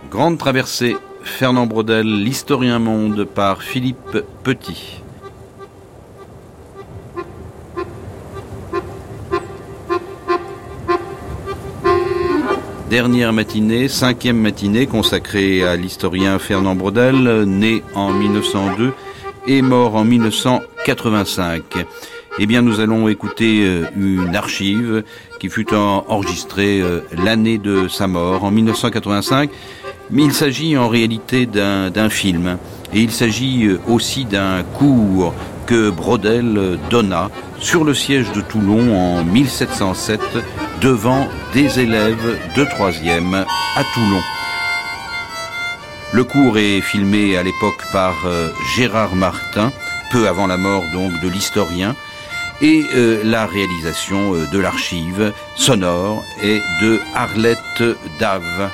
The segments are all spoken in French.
Grande traversée, Fernand Braudel, l'historien monde, par Philippe Petit. Dernière matinée, 5e matinée consacrée à l'historien Fernand Braudel, né en 1902 et mort en 1985. Eh bien, nous allons écouter une archive qui fut enregistrée l'année de sa mort, en 1985. Mais il s'agit en réalité d'un film. Et il s'agit aussi d'un cours que Braudel donna sur le siège de Toulon en 1707 devant des élèves de 3e à Toulon. Le cours est filmé à l'époque par Gérard Martin, peu avant la mort donc de l'historien, et la réalisation de l'archive sonore est de Arlette Dave.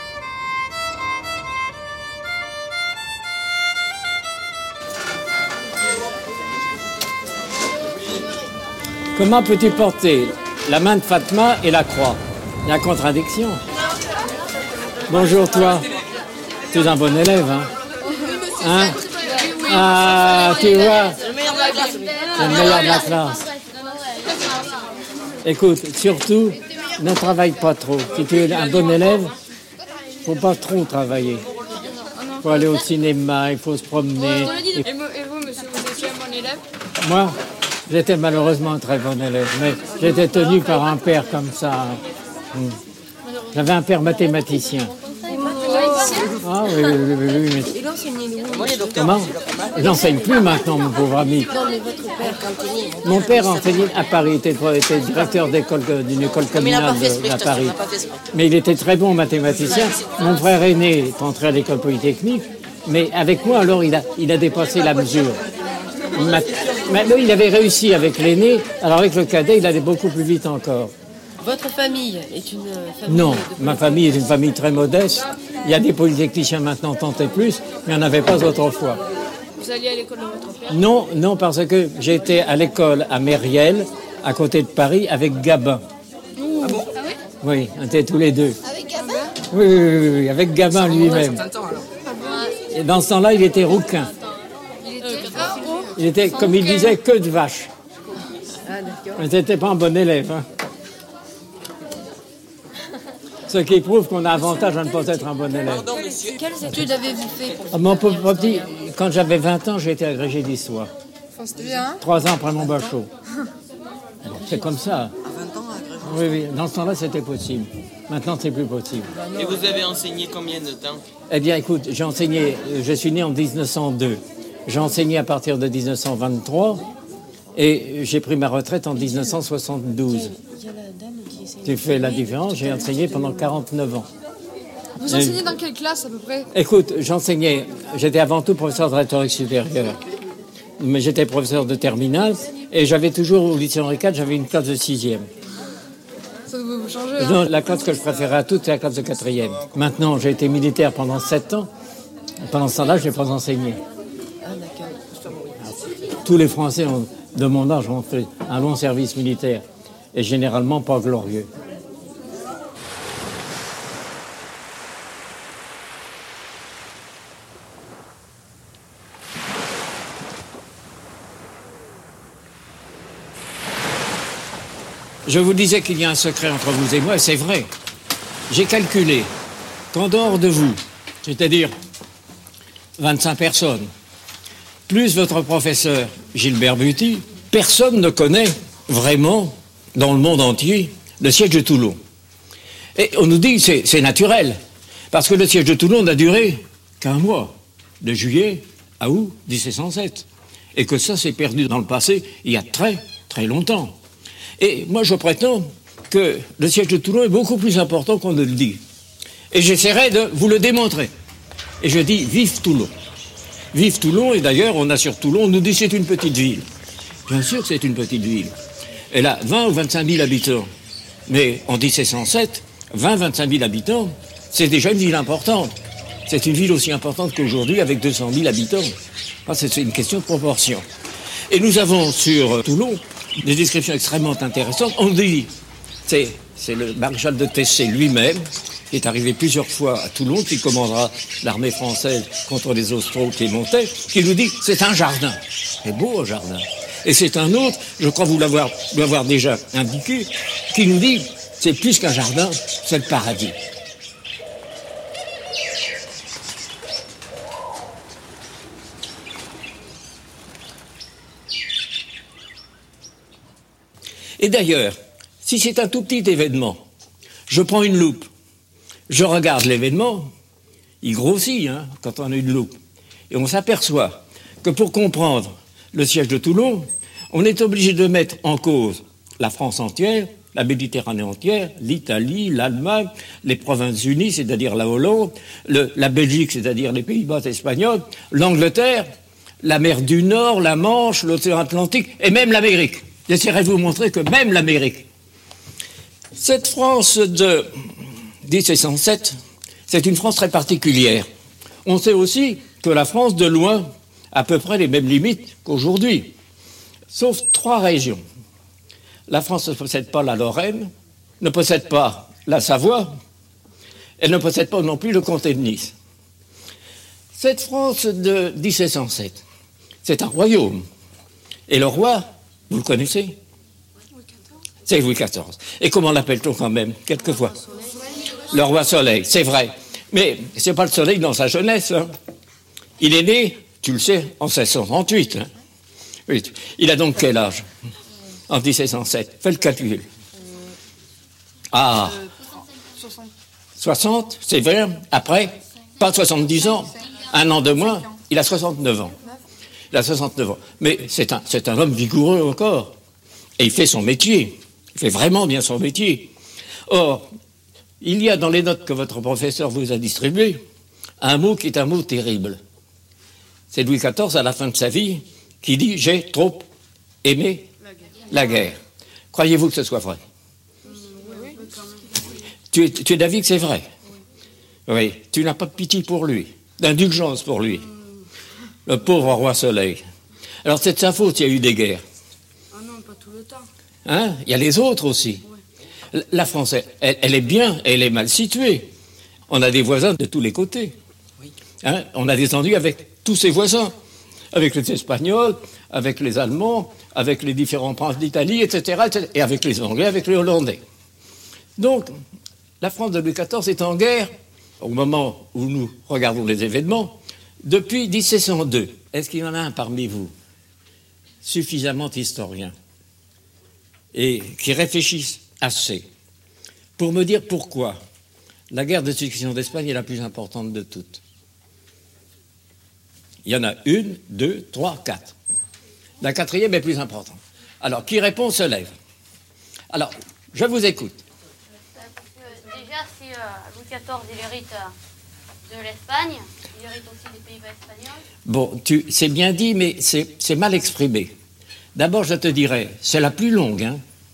Comment peux-tu porter la main de Fatma et la croix? Il y a contradiction. Bonjour toi. Tu es un bon élève, hein? Hein? Ah, tu vois? C'est le meilleur de la classe. C'est le meilleur de la classe. Écoute, surtout, ne travaille pas trop. Si tu es un bon élève, il ne faut pas trop travailler. Il faut aller au cinéma, il faut se promener. Et vous, monsieur, vous étiez un bon élève? Moi, j'étais malheureusement un très bon élève, mais j'étais tenu par un père comme ça. J'avais un père mathématicien. Ah oui, mais... Il enseignait nous. Comment? Il n'enseigne plus maintenant, mon pauvre ami. Non, mais votre père, quand il est... Mon père enseignait à Paris, était directeur d'une école communale à Paris. Mais il était très bon mathématicien. Mon frère aîné est entré à l'école polytechnique, mais avec moi, alors, il a dépassé la mesure. Maintenant, il avait réussi avec l'aîné, alors avec le cadet, il allait beaucoup plus vite encore. Votre famille est une famille... Non, ma famille est une famille très modeste. Il y a des polytechniciens maintenant, tant et plus, mais il n'y en avait pas autrefois. Vous alliez à l'école de votre père? Non, parce que j'étais à l'école à Mériel, à côté de Paris, avec Gabin. Ah bon? Ah oui? Oui, on était tous les deux. Avec Gabin? Oui, avec Gabin lui-même. Et dans ce temps-là, il était rouquin. Il était, comme il disait, que de vache. Mais c'était pas un bon élève. Hein. Ce qui prouve qu'on a avantage à ne pas être un bon élève. Quelles études avez-vous fait pour Mon pauvre petit, quand j'avais 20 ans, j'ai été agrégé d'histoire. C'était bien. 3 ans après mon bachot. C'est comme ça. À 20 ans, agrégé? Oui, dans ce temps-là, c'était possible. Maintenant, c'est plus possible. Et vous avez enseigné combien de temps? Eh bien, écoute, j'ai enseigné, je suis né en 1902. J'ai enseigné à partir de 1923 et j'ai pris ma retraite en 1972. Tu fais la différence, j'ai enseigné pendant 49 ans. Vous enseignez dans quelle classe à peu près? Écoute, j'étais avant tout professeur de rhétorique supérieure. Mais j'étais professeur de terminale et j'avais toujours, au lycée Henri IV, j'avais une classe de 6e. Ça doit vous changer, hein? Non, la classe que je préférais à toutes, c'est la classe de 4e. Maintenant, j'ai été militaire pendant 7 ans. Pendant ce temps-là, je n'ai pas enseigné. Tous les Français de mon âge ont fait un long service militaire, et généralement pas glorieux. Je vous disais qu'il y a un secret entre vous et moi, et c'est vrai. J'ai calculé qu'en dehors de vous, c'est-à-dire 25 personnes, plus votre professeur Gilbert Buty, personne ne connaît vraiment, dans le monde entier, le siège de Toulon. Et on nous dit que c'est naturel, parce que le siège de Toulon n'a duré qu'un mois, de juillet à août 1707. Et que ça s'est perdu dans le passé il y a très, très longtemps. Et moi, je prétends que le siège de Toulon est beaucoup plus important qu'on ne le dit. Et j'essaierai de vous le démontrer. Et je dis, vive Toulon. Vive Toulon, et d'ailleurs, on a sur Toulon, on nous dit c'est une petite ville. Bien sûr que c'est une petite ville. Elle a 20 ou 25 000 habitants. Mais en 1707, 20-25 000 habitants, c'est déjà une ville importante. C'est une ville aussi importante qu'aujourd'hui avec 200 000 habitants. C'est une question de proportion. Et nous avons sur Toulon des descriptions extrêmement intéressantes. On dit, c'est le maréchal de Tessé lui-même qui est arrivé plusieurs fois à Toulon, qui commandera l'armée française contre les Austro-Piémontais, qui nous dit c'est un jardin. C'est beau un jardin. Et c'est un autre, je crois vous l'avoir déjà indiqué, qui nous dit c'est plus qu'un jardin, c'est le paradis. Et d'ailleurs, si c'est un tout petit événement, je prends une loupe, je regarde l'événement, il grossit quand on a une loupe. Et on s'aperçoit que pour comprendre le siège de Toulon, on est obligé de mettre en cause la France entière, la Méditerranée entière, l'Italie, l'Allemagne, les Provinces-Unies, c'est-à-dire la Hollande, la Belgique, c'est-à-dire les Pays-Bas espagnols, l'Angleterre, la mer du Nord, la Manche, l'océan Atlantique et même l'Amérique. J'essaierai de vous montrer que même l'Amérique. Cette France de 1707, c'est une France très particulière. On sait aussi que la France, de loin, a à peu près les mêmes limites qu'aujourd'hui, sauf 3 régions. La France ne possède pas la Lorraine, ne possède pas la Savoie, elle ne possède pas non plus le comté de Nice. Cette France de 1707, c'est un royaume. Et le roi, vous le connaissez ? C'est Louis XIV. Et comment l'appelle-t-on quand même, quelquefois ? Le roi Soleil, c'est vrai. Mais c'est pas le soleil dans sa jeunesse. Il est né, tu le sais, en 1638. Oui. Il a donc quel âge ? En 1707. Fais le calcul. 60, c'est vrai. Après, pas 70 ans, un an de moins, il a 69 ans. Il a 69 ans. Mais c'est un homme vigoureux encore. Et il fait son métier. Il fait vraiment bien son métier. Or, il y a dans les notes que votre professeur vous a distribuées un mot qui est un mot terrible. C'est Louis XIV, à la fin de sa vie, qui dit « J'ai trop aimé la guerre ». Croyez-vous que ce soit vrai ? Tu es d'avis que c'est vrai ? Oui. Tu n'as pas de pitié pour lui, d'indulgence pour lui. Le pauvre roi Soleil. Alors c'est de sa faute, il y a eu des guerres. Ah non, pas tout le temps. Il y a les autres aussi. Ouais. La France, elle est bien, elle est mal située. On a des voisins de tous les côtés. Oui. On a des ennuis avec tous ses voisins. Avec les Espagnols, avec les Allemands, avec les différents princes d'Italie, etc., etc. Et avec les Anglais, avec les Hollandais. Donc, la France de Louis XIV est en guerre, au moment où nous regardons les événements, depuis 1702. Est-ce qu'il y en a un parmi vous, suffisamment historien, et qui réfléchissent assez, pour me dire pourquoi la guerre de succession d'Espagne est la plus importante de toutes ? Il y en a 1, 2, 3, 4. La 4e est plus importante. Alors, qui répond se lève. Alors, je vous écoute. Déjà, si Louis XIV, il hérite de l'Espagne, il hérite aussi des Pays-Bas espagnols. Bon, c'est bien dit, mais c'est mal exprimé. D'abord, je te dirais, c'est la plus longue,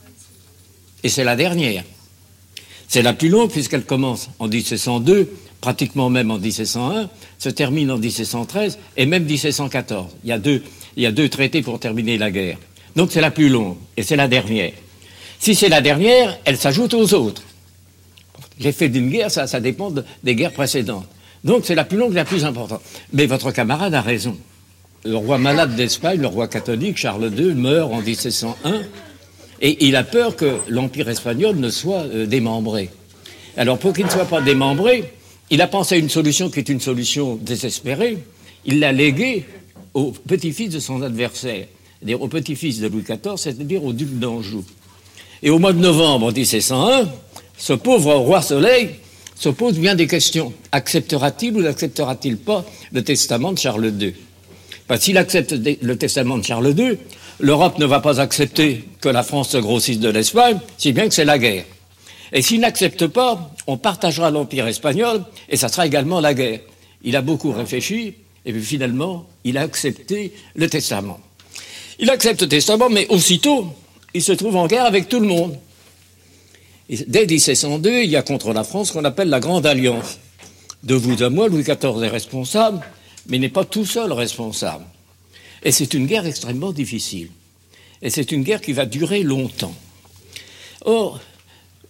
et c'est la dernière. C'est la plus longue puisqu'elle commence en 1702, pratiquement même en 1701, se termine en 1713 et même 1714. Il y a deux traités pour terminer la guerre. Donc c'est la plus longue et c'est la dernière. Si c'est la dernière, elle s'ajoute aux autres. L'effet d'une guerre, ça dépend des guerres précédentes. Donc c'est la plus longue et la plus importante. Mais votre camarade a raison. Le roi malade d'Espagne, le roi catholique, Charles II, meurt en 1701 et il a peur que l'Empire espagnol ne soit démembré. Alors pour qu'il ne soit pas démembré, il a pensé à une solution qui est une solution désespérée. Il l'a léguée au petit-fils de son adversaire, c'est-à-dire au petit-fils de Louis XIV, c'est-à-dire au duc d'Anjou. Et au mois de novembre 1701, ce pauvre roi Soleil se pose bien des questions. Acceptera-t-il ou n'acceptera-t-il pas le testament de Charles II ? Parce que s'il accepte le testament de Charles II, l'Europe ne va pas accepter que la France se grossisse de l'Espagne, si bien que c'est la guerre. Et s'il n'accepte pas, on partagera l'Empire espagnol et ça sera également la guerre. Il a beaucoup réfléchi et puis finalement, il a accepté le testament. Il accepte le testament, mais aussitôt, il se trouve en guerre avec tout le monde. Et dès 1702, il y a contre la France ce qu'on appelle la Grande Alliance. De vous à moi, Louis XIV est responsable, mais il n'est pas tout seul responsable. Et c'est une guerre extrêmement difficile. Et c'est une guerre qui va durer longtemps. Or,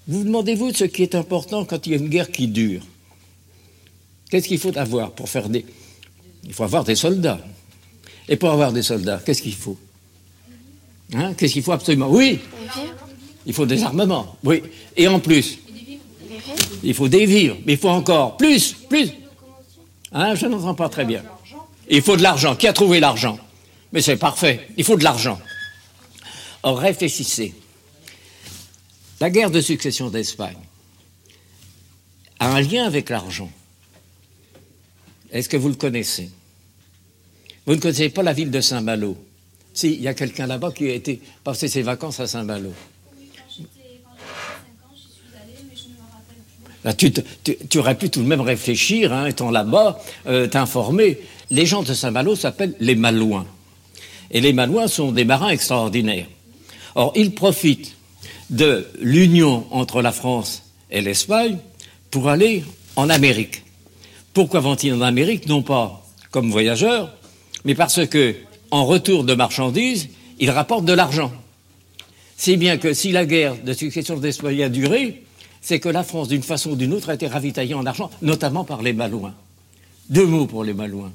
Vous demandez-vous ce qui est important quand il y a une guerre qui dure? Qu'est-ce qu'il faut avoir pour faire des... Il faut avoir des soldats. Et pour avoir des soldats, qu'est-ce qu'il faut? Qu'est-ce qu'il faut absolument? Oui, il faut des armements. Oui, et en plus, il faut des vivres. Mais il faut encore plus. Je n'entends pas très bien. Il faut de l'argent. Qui a trouvé l'argent? Mais c'est parfait. Il faut de l'argent. Or, réfléchissez. La guerre de succession d'Espagne a un lien avec l'argent. Est-ce que vous le connaissez? Vous ne connaissez pas la ville de Saint-Malo? Si, il y a quelqu'un là-bas qui a été passer ses vacances à Saint-Malo. Là, tu aurais pu tout de même réfléchir, étant là-bas, t'informer. Les gens de Saint-Malo s'appellent les Malouins. Et les Malouins sont des marins extraordinaires. Or, ils profitent de l'union entre la France et l'Espagne pour aller en Amérique. Pourquoi vont-ils en Amérique? Non pas comme voyageurs, mais parce que, en retour de marchandises, ils rapportent de l'argent. Si bien que si la guerre de succession d'Espagne a duré, c'est que la France, d'une façon ou d'une autre, a été ravitaillée en argent, notamment par les Malouins. 2 mots pour les Malouins.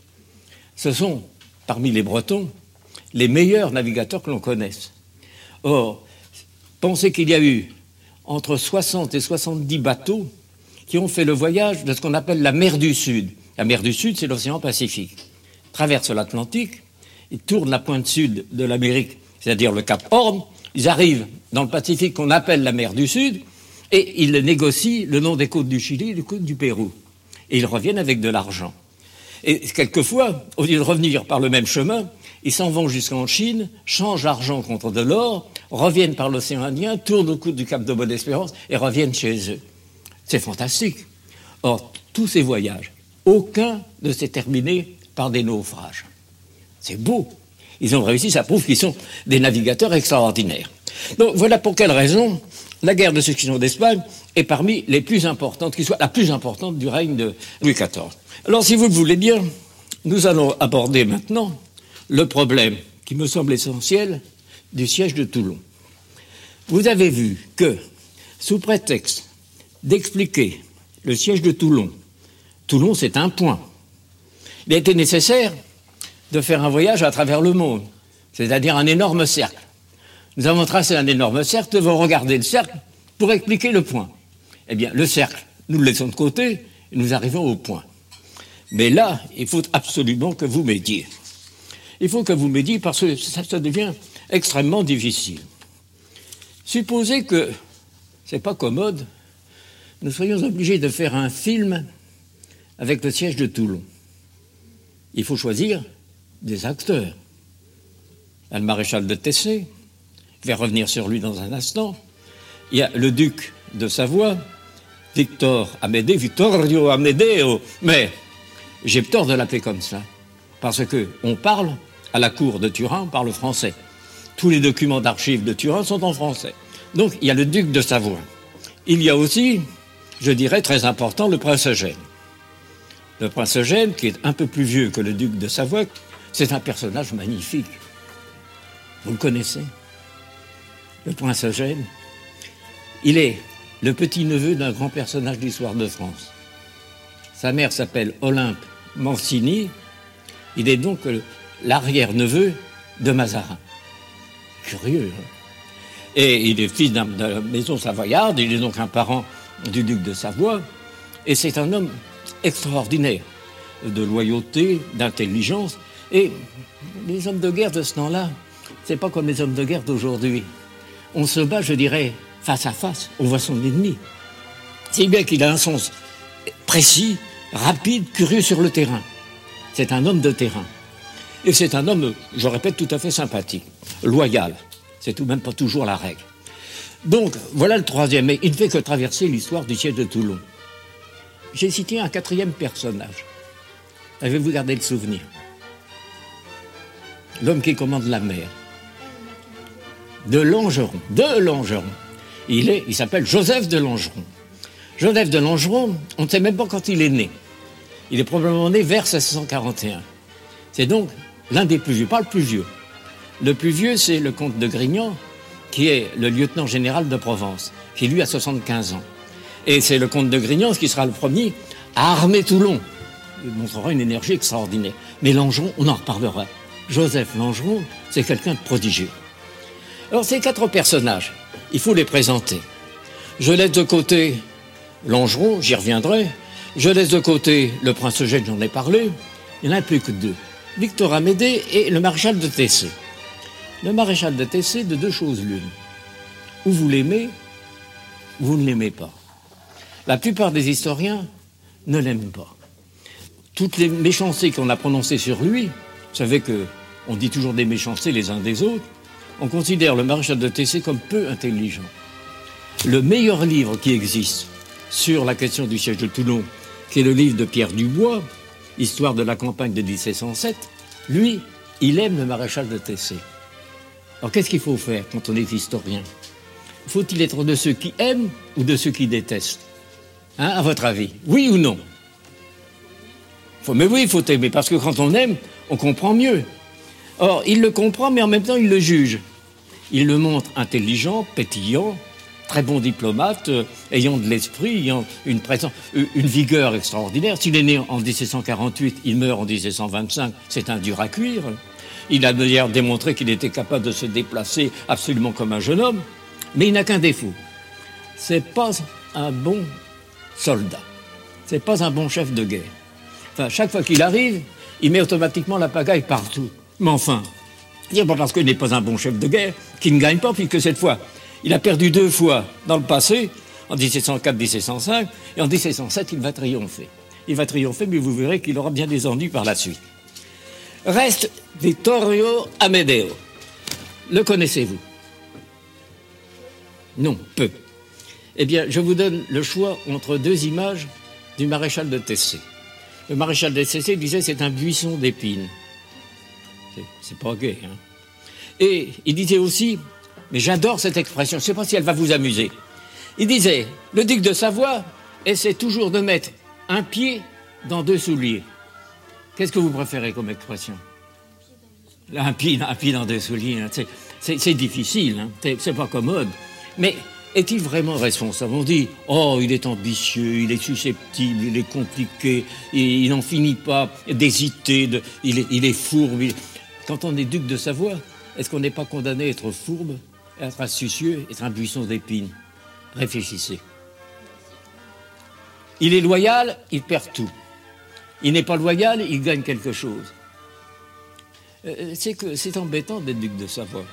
Ce sont, parmi les Bretons, les meilleurs navigateurs que l'on connaisse. Or, pensez qu'il y a eu entre 60 et 70 bateaux qui ont fait le voyage de ce qu'on appelle la mer du Sud. La mer du Sud, c'est l'océan Pacifique. Ils traversent l'Atlantique, ils tournent la pointe sud de l'Amérique, c'est-à-dire le Cap Horn, ils arrivent dans le Pacifique qu'on appelle la mer du Sud, et ils négocient le nom des côtes du Chili et des côtes du Pérou. Et ils reviennent avec de l'argent. Et quelquefois, au lieu de revenir par le même chemin, ils s'en vont jusqu'en Chine, changent l'argent contre de l'or, reviennent par l'océan Indien, tournent au coude du Cap de Bonne-Espérance et reviennent chez eux. C'est fantastique. Or, tous ces voyages, aucun ne s'est terminé par des naufrages. C'est beau. Ils ont réussi, ça prouve qu'ils sont des navigateurs extraordinaires. Donc, voilà pour quelle raison la guerre de succession d'Espagne est parmi les plus importantes, qui soit la plus importante du règne de Louis XIV. Alors, si vous le voulez bien, nous allons aborder maintenant le problème qui me semble essentiel du siège de Toulon. Vous avez vu que, sous prétexte d'expliquer le siège de Toulon, Toulon c'est un point, il a été nécessaire de faire un voyage à travers le monde, c'est-à-dire un énorme cercle. Nous avons tracé un énorme cercle, devons regarder le cercle pour expliquer le point. Eh bien, le cercle, nous le laissons de côté et nous arrivons au point. Mais là, il faut absolument que vous m'aidiez. Il faut que vous m'aidiez parce que ça devient extrêmement difficile. Supposez que, c'est pas commode, nous soyons obligés de faire un film avec le siège de Toulon. Il faut choisir des acteurs. Il y a le maréchal de Tessé, je vais revenir sur lui dans un instant. Il y a le duc de Savoie, Vittorio Amedeo, mais j'ai tort de l'appeler comme ça, parce qu'on parle à la cour de Turin, on parle français. Tous les documents d'archives de Turin sont en français. Donc il y a le duc de Savoie. Il y a aussi, je dirais très important, le prince Eugène. Le prince Eugène, qui est un peu plus vieux que le duc de Savoie, c'est un personnage magnifique. Vous le connaissez? Le prince Eugène, il est le petit-neveu d'un grand personnage de l'histoire de France. Sa mère s'appelle Olympe Mancini. Il est donc l'arrière-neveu de Mazarin. Curieux, hein? Et il est fils de la maison savoyarde, il est donc un parent du duc de Savoie, et c'est un homme extraordinaire, de loyauté, d'intelligence, et les hommes de guerre de ce temps-là, c'est pas comme les hommes de guerre d'aujourd'hui. On se bat, je dirais, face à face, on voit son ennemi. C'est bien qu'il a un sens précis, rapide, curieux sur le terrain. C'est un homme de terrain. Et c'est un homme, je répète, tout à fait sympathique, loyal. C'est tout de même pas toujours la règle. Donc, voilà le troisième. Mais il ne fait que traverser l'histoire du siège de Toulon. J'ai cité un quatrième personnage. Avez-vous gardé le souvenir? L'homme qui commande la mer. De Langeron. Il s'appelle Joseph de Langeron. Joseph de Langeron, on ne sait même pas quand il est né. Il est probablement né vers 1641. C'est donc l'un des plus vieux, pas le plus vieux. Le plus vieux, c'est le comte de Grignan, qui est le lieutenant général de Provence, qui lui a 75 ans. Et c'est le comte de Grignan qui sera le premier à armer Toulon. Il montrera une énergie extraordinaire. Mais Langeron, on en reparlera. Joseph Langeron, c'est quelqu'un de prodigieux. Alors ces 4 personnages, il faut les présenter. Je laisse de côté Langeron, j'y reviendrai. Je laisse de côté le prince Eugène, j'en ai parlé. Il n'y en a plus que 2. Victor Amédée et le maréchal de Tessé. Le maréchal de Tessé, de 2 choses l'une. Ou vous l'aimez, ou vous ne l'aimez pas. La plupart des historiens ne l'aiment pas. Toutes les méchancetés qu'on a prononcées sur lui, vous savez qu'on dit toujours des méchancetés les uns des autres, on considère le maréchal de Tessé comme peu intelligent. Le meilleur livre qui existe sur la question du siège de Toulon, qui est le livre de Pierre Dubois, Histoire de la campagne de 1707, lui, il aime le maréchal de Tessé. Alors qu'est-ce qu'il faut faire quand on est historien? Faut-il être de ceux qui aiment ou de ceux qui détestent? Hein, à votre avis? Oui ou non? Mais oui, il faut aimer, parce que quand on aime, on comprend mieux. Or, il le comprend, mais en même temps, il le juge. Il le montre intelligent, pétillant, très bon diplomate, ayant de l'esprit, ayant une présence, une vigueur extraordinaire. S'il est né en 1748, il meurt en 1725, c'est un dur à cuire. Il a d'ailleurs démontré qu'il était capable de se déplacer absolument comme un jeune homme, mais il n'a qu'un défaut. C'est pas un bon soldat. C'est pas un bon chef de guerre. Enfin, chaque fois qu'il arrive, il met automatiquement la pagaille partout. Mais enfin, c'est pas parce qu'il n'est pas un bon chef de guerre qu'il ne gagne pas, puisque cette fois, il a perdu 2 fois dans le passé, en 1704-1705, et en 1707, il va triompher. Il va triompher, mais vous verrez qu'il aura bien des ennuis par la suite. Reste Vittorio Amedeo. Le connaissez-vous? Non, peu. Eh bien, je vous donne le choix entre 2 images du maréchal de Tessé. Le maréchal de Tessé disait c'est un buisson d'épines. C'est pas gai, hein. Et il disait aussi, mais j'adore cette expression, je ne sais pas si elle va vous amuser. Il disait, le duc de Savoie essaie toujours de mettre un pied dans 2 souliers. Qu'est-ce que vous préférez comme expression? Un pied dans 2 souliers, hein. C'est difficile, hein. C'est pas commode. Mais est-il vraiment responsable? On dit, oh, il est ambitieux, il est susceptible, il est compliqué, il n'en finit pas d'hésiter, il est fourbe. Quand on est duc de Savoie, est-ce qu'on n'est pas condamné à être fourbe, à être astucieux, à être un buisson d'épines? Réfléchissez. Il est loyal, il perd tout. Il n'est pas loyal, il gagne quelque chose. C'est embêtant d'être duc de Savoie.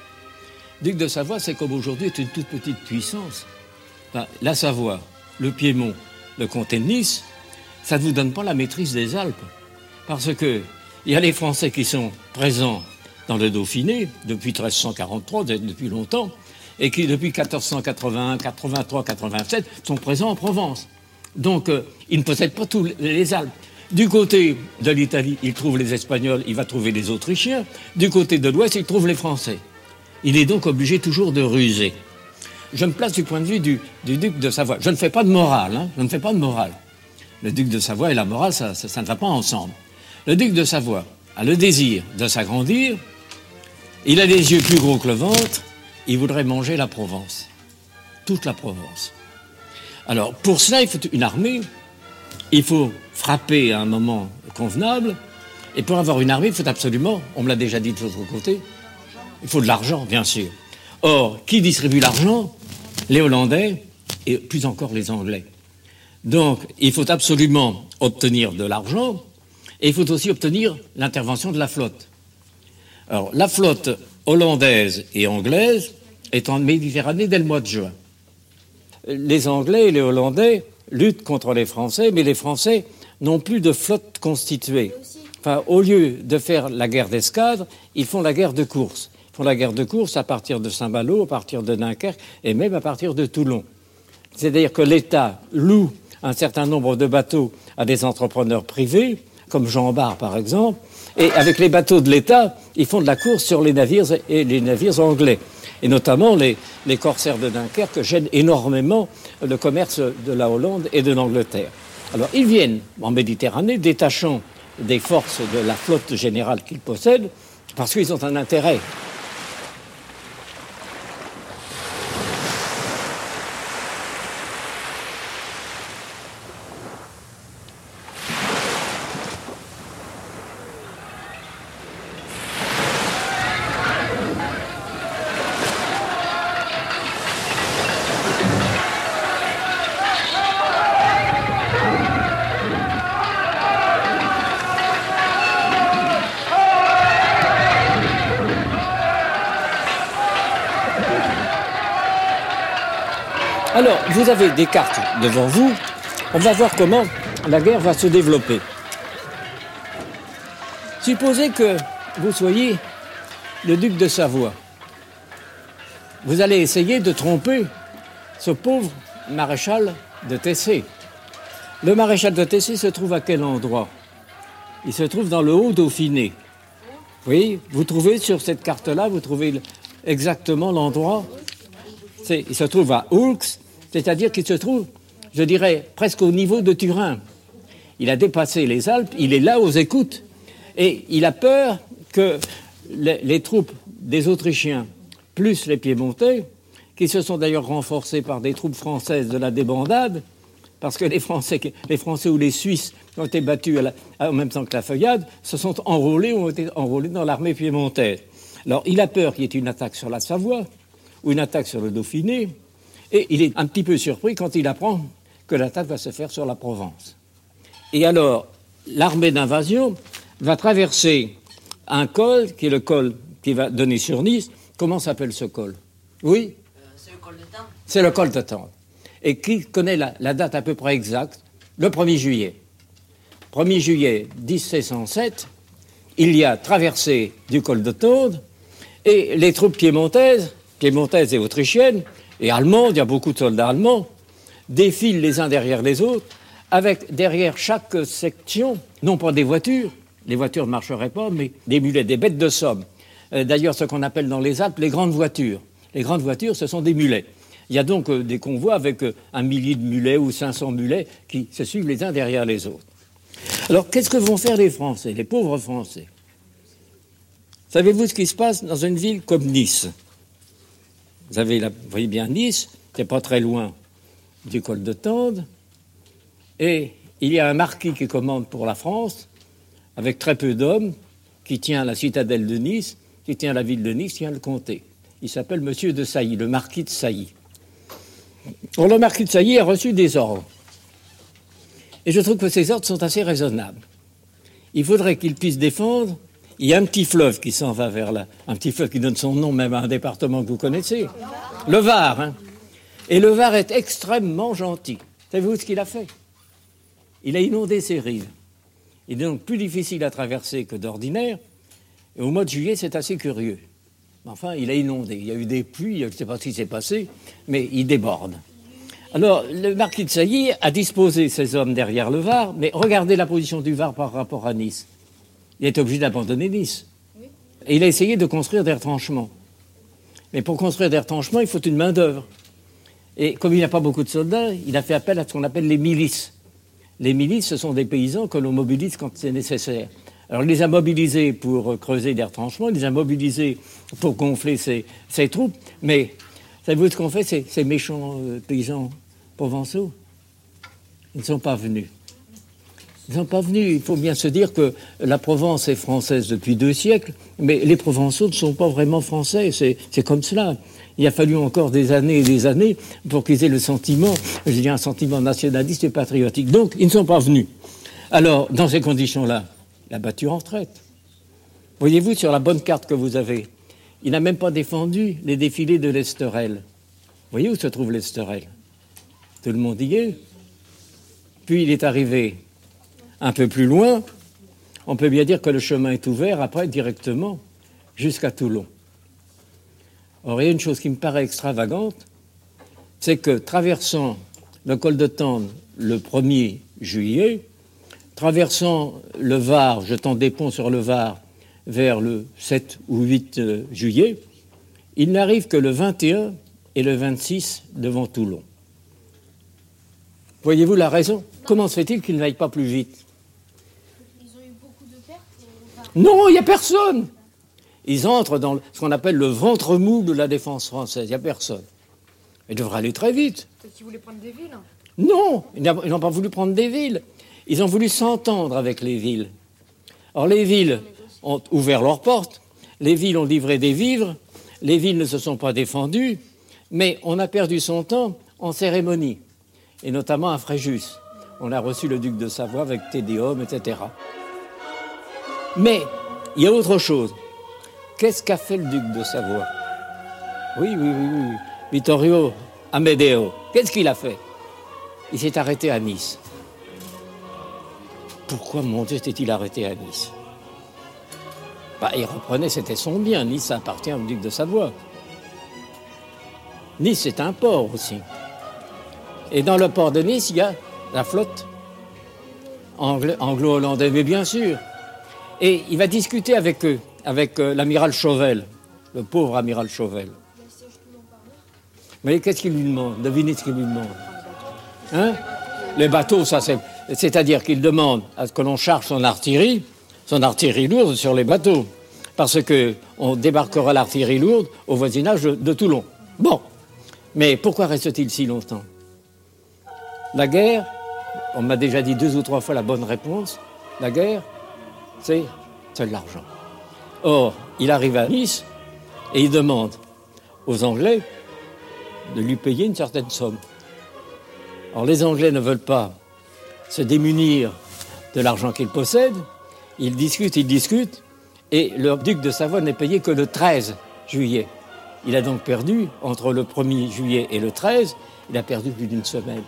Duc de Savoie, c'est comme aujourd'hui, est une toute petite puissance. Enfin, la Savoie, le Piémont, le comté de Nice, ça ne vous donne pas la maîtrise des Alpes. Parce que il y a les Français qui sont présents dans le Dauphiné depuis 1343, depuis longtemps, et qui depuis 1481, 83, 87 sont présents en Provence. Donc, ils ne possèdent pas tous les Alpes. Du côté de l'Italie, il trouve les Espagnols, il va trouver les Autrichiens. Du côté de l'Ouest, il trouve les Français. Il est donc obligé toujours de ruser. Je me place du point de vue du duc de Savoie. Je ne fais pas de morale, hein, je ne fais pas de morale. Le duc de Savoie et la morale, ça ne va pas ensemble. Le duc de Savoie a le désir de s'agrandir, il a les yeux plus gros que le ventre, il voudrait manger la Provence. Toute la Provence. Alors, pour cela, il faut une armée, il faut frapper à un moment convenable, et pour avoir une armée, il faut absolument, on me l'a déjà dit de l'autre côté, il faut de l'argent, bien sûr. Or, qui distribue l'argent? Les Hollandais, et plus encore les Anglais. Donc, il faut absolument obtenir de l'argent, et il faut aussi obtenir l'intervention de la flotte. Alors, la flotte hollandaise et anglaise est en Méditerranée dès le mois de juin. Les Anglais et les Hollandais luttent contre les Français, mais les Français n'ont plus de flotte constituée. Enfin, au lieu de faire la guerre d'escadre, ils font la guerre de course. Ils font la guerre de course à partir de Saint-Malo, à partir de Dunkerque et même à partir de Toulon. C'est-à-dire que l'État loue un certain nombre de bateaux à des entrepreneurs privés, comme Jean Bart par exemple, et avec les bateaux de l'État, ils font de la course sur les navires et les navires anglais. Et notamment les corsaires de Dunkerque gênent énormément le commerce de la Hollande et de l'Angleterre. Alors ils viennent en Méditerranée, détachant des forces de la flotte générale qu'ils possèdent, parce qu'ils ont un intérêt. Alors, vous avez des cartes devant vous. On va voir comment la guerre va se développer. Supposez que vous soyez le duc de Savoie. Vous allez essayer de tromper ce pauvre maréchal de Tessé. Le maréchal de Tessé se trouve à quel endroit? Il se trouve dans le Haut-Dauphiné. Oui, vous trouvez sur cette carte-là, vous trouvez exactement l'endroit. Il se trouve à Oulx, c'est-à-dire qu'il se trouve, je dirais, presque au niveau de Turin. Il a dépassé les Alpes, il est là aux écoutes. Et il a peur que les troupes des Autrichiens, plus les Piémontais, qui se sont d'ailleurs renforcés par des troupes françaises de la débandade, parce que les Français ou les Suisses qui ont été battus en même temps que la feuillade, se sont enrôlés ou ont été enrôlés dans l'armée piémontaise. Alors il a peur qu'il y ait une attaque sur la Savoie ou une attaque sur le Dauphiné, et il est un petit peu surpris quand il apprend que l'attaque va se faire sur la Provence. Et alors, l'armée d'invasion va traverser un col, qui est le col qui va donner sur Nice. Comment s'appelle ce col? Oui? C'est le col de Tende. C'est le col de Tende. Et qui connaît la date à peu près exacte? Le 1er juillet. 1er juillet 1707, il y a traversée du col de Tende, et les troupes piémontaises et autrichiennes, et allemandes, il y a beaucoup de soldats allemands, défilent les uns derrière les autres, avec derrière chaque section, non pas des voitures, les voitures ne marcheraient pas, mais des mulets, des bêtes de somme. D'ailleurs, ce qu'on appelle dans les Alpes les grandes voitures. Les grandes voitures, ce sont des mulets. Il y a donc des convois avec 1 millier de mulets ou 500 mulets qui se suivent les uns derrière les autres. Alors, qu'est-ce que vont faire les Français, les pauvres Français? Savez-vous ce qui se passe dans une ville comme Nice? Vous voyez bien Nice, c'est pas très loin du col de Tende, et il y a un marquis qui commande pour la France, avec très peu d'hommes, qui tient la citadelle de Nice, qui tient la ville de Nice, qui tient le comté. Il s'appelle Monsieur de Sailly, le marquis de Sailly. Or, le marquis de Sailly a reçu des ordres. Et je trouve que ces ordres sont assez raisonnables. Il faudrait qu'il puisse défendre. Il y a un petit fleuve qui s'en va vers là, un petit fleuve qui donne son nom même à un département que vous connaissez, le Var. Hein. Et le Var est extrêmement gentil. Savez-vous ce qu'il a fait? Il a inondé ses rives. Il est donc plus difficile à traverser que d'ordinaire. Et au mois de juillet, c'est assez curieux. Enfin, il a inondé. Il y a eu des pluies, je ne sais pas ce qui s'est passé, mais il déborde. Alors, le marquis de Sailly a disposé ses hommes derrière le Var, mais regardez la position du Var par rapport à Nice. Il est obligé d'abandonner Nice. Et il a essayé de construire des retranchements. Mais pour construire des retranchements, il faut une main-d'œuvre. Et comme il n'a pas beaucoup de soldats, il a fait appel à ce qu'on appelle les milices. Les milices, ce sont des paysans que l'on mobilise quand c'est nécessaire. Alors, il les a mobilisés pour creuser des retranchements, il les a mobilisés pour gonfler ses troupes, mais savez-vous ce qu'ont fait ces méchants paysans provençaux? Ils ne sont pas venus. Ils ne sont pas venus. Il faut bien se dire que la Provence est française depuis 2 siècles, mais les Provençaux ne sont pas vraiment français. C'est comme cela. Il a fallu encore des années et des années pour qu'ils aient le sentiment, je dirais un sentiment nationaliste et patriotique. Donc, ils ne sont pas venus. Alors, dans ces conditions-là, il a battu en retraite. Voyez-vous, sur la bonne carte que vous avez, il n'a même pas défendu les défilés de l'Esterel. Voyez où se trouve l'Esterel? Tout le monde y est. Puis il est arrivé un peu plus loin. On peut bien dire que le chemin est ouvert après directement jusqu'à Toulon. Or, il y a une chose qui me paraît extravagante, c'est que traversant le col de Tende le 1er juillet, traversant le Var, jetant des ponts sur le Var vers le 7 ou 8 juillet, il n'arrive que le 21 et le 26 devant Toulon. Voyez-vous la raison? Comment se fait-il qu'il n'aille pas plus vite? Ils ont eu beaucoup de pertes? Non, il n'y a personne. Ils entrent dans ce qu'on appelle le ventre mou de la défense française. Il n'y a personne. Ils devraient aller très vite. Peut-être qu'ils voulaient prendre des villes? Non, ils n'ont pas voulu prendre des villes. Ils ont voulu s'entendre avec les villes. Or, les villes ont ouvert leurs portes, les villes ont livré des vivres, les villes ne se sont pas défendues, mais on a perdu son temps en cérémonie, et notamment à Fréjus. On a reçu le duc de Savoie avec Tédéum, etc. Mais il y a autre chose. Qu'est-ce qu'a fait le duc de Savoie? Oui. Vittorio Amedeo. Qu'est-ce qu'il a fait? Il s'est arrêté à Nice. Pourquoi, mon Dieu, s'est-il arrêté à Nice? Il reprenait, c'était son bien. Nice, ça appartient au duc de Savoie. Nice, c'est un port aussi. Et dans le port de Nice, il y a la flotte anglo-hollandaise, mais bien sûr. Et il va discuter avec eux, avec l'amiral Chauvel, le pauvre amiral Chauvel. Mais qu'est-ce qu'il lui demande? Devinez ce qu'il lui demande. Hein? Les bateaux, ça c'est-à-dire qu'il demande à ce que l'on charge son artillerie lourde sur les bateaux, parce qu'on débarquera l'artillerie lourde au voisinage de Toulon. Bon, mais pourquoi reste-t-il si longtemps? La guerre, on m'a déjà dit 2 ou 3 fois la bonne réponse, la guerre, c'est l'argent. Or, il arrive à Nice et il demande aux Anglais de lui payer une certaine somme. Or, les Anglais ne veulent pas se démunir de l'argent qu'ils possèdent. Ils discutent, et le duc de Savoie n'est payé que le 13 juillet. Il a donc perdu, entre le 1er juillet et le 13, il a perdu plus d'une semaine.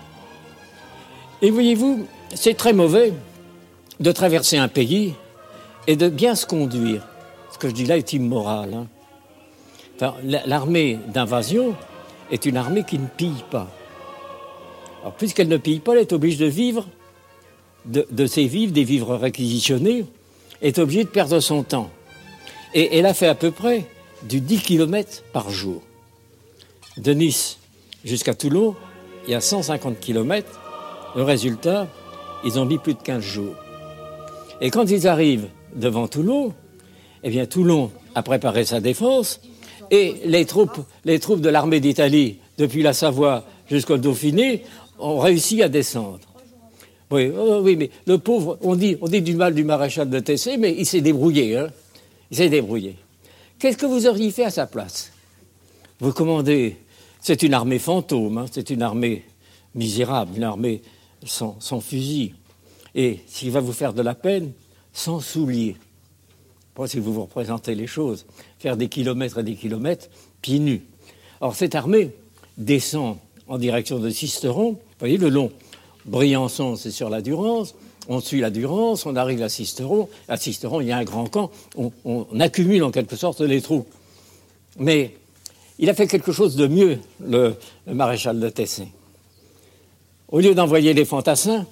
Et voyez-vous, c'est très mauvais de traverser un pays et de bien se conduire. Ce que je dis là est immoral. Hein. Enfin, l'armée d'invasion est une armée qui ne pille pas. Alors, puisqu'elle ne pille pas, elle est obligée de vivre de ses vivres, des vivres réquisitionnés, est obligée de perdre son temps. Et elle a fait à peu près du 10 km par jour. De Nice jusqu'à Toulon, il y a 150 km. Le résultat, ils ont mis plus de 15 jours. Et quand ils arrivent devant Toulon, eh bien Toulon a préparé sa défense et les troupes de l'armée d'Italie, depuis la Savoie jusqu'au Dauphiné, ont réussi à descendre. Oui, mais le pauvre, on dit du mal du maréchal de Tessé, mais il s'est débrouillé. Hein. Il s'est débrouillé. Qu'est-ce que vous auriez fait à sa place? Vous commandez, c'est une armée fantôme, hein, c'est une armée misérable, une armée sans fusil. Et s'il va vous faire de la peine, sans souliers. Pas si vous vous représentez les choses. Faire des kilomètres et des kilomètres, pieds nus. Or, cette armée descend en direction de Sisteron. Vous voyez, le long. Briançon, c'est sur la Durance. On suit la Durance, on arrive à Sisteron. À Sisteron, il y a un grand camp. On accumule en quelque sorte les troupes. Mais il a fait quelque chose de mieux, le maréchal de Tessé. Au lieu d'envoyer les fantassins,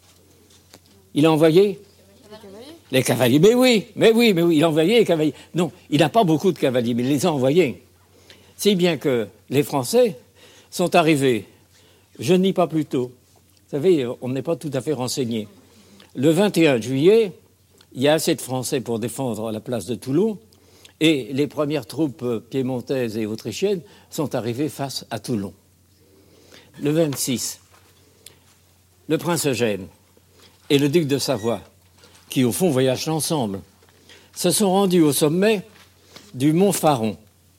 il a envoyé les cavaliers. Mais oui, il a envoyé les cavaliers. Non, il n'a pas beaucoup de cavaliers, mais il les a envoyés. Si bien que les Français sont arrivés, je ne dis pas plus tôt. Vous savez, on n'est pas tout à fait renseigné. Le 21 juillet, il y a assez de Français pour défendre la place de Toulon, et les premières troupes piémontaises et autrichiennes sont arrivées face à Toulon. Le 26, le prince Eugène et le duc de Savoie, qui au fond voyagent ensemble, se sont rendus au sommet du mont Faron.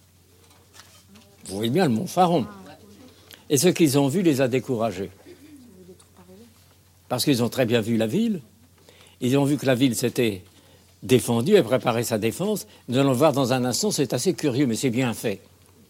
Vous voyez bien le mont Faron. Et ce qu'ils ont vu les a découragés. Parce qu'ils ont très bien vu la ville. Ils ont vu que la ville s'était défendue et préparé sa défense. Nous allons le voir dans un instant, c'est assez curieux, mais c'est bien fait.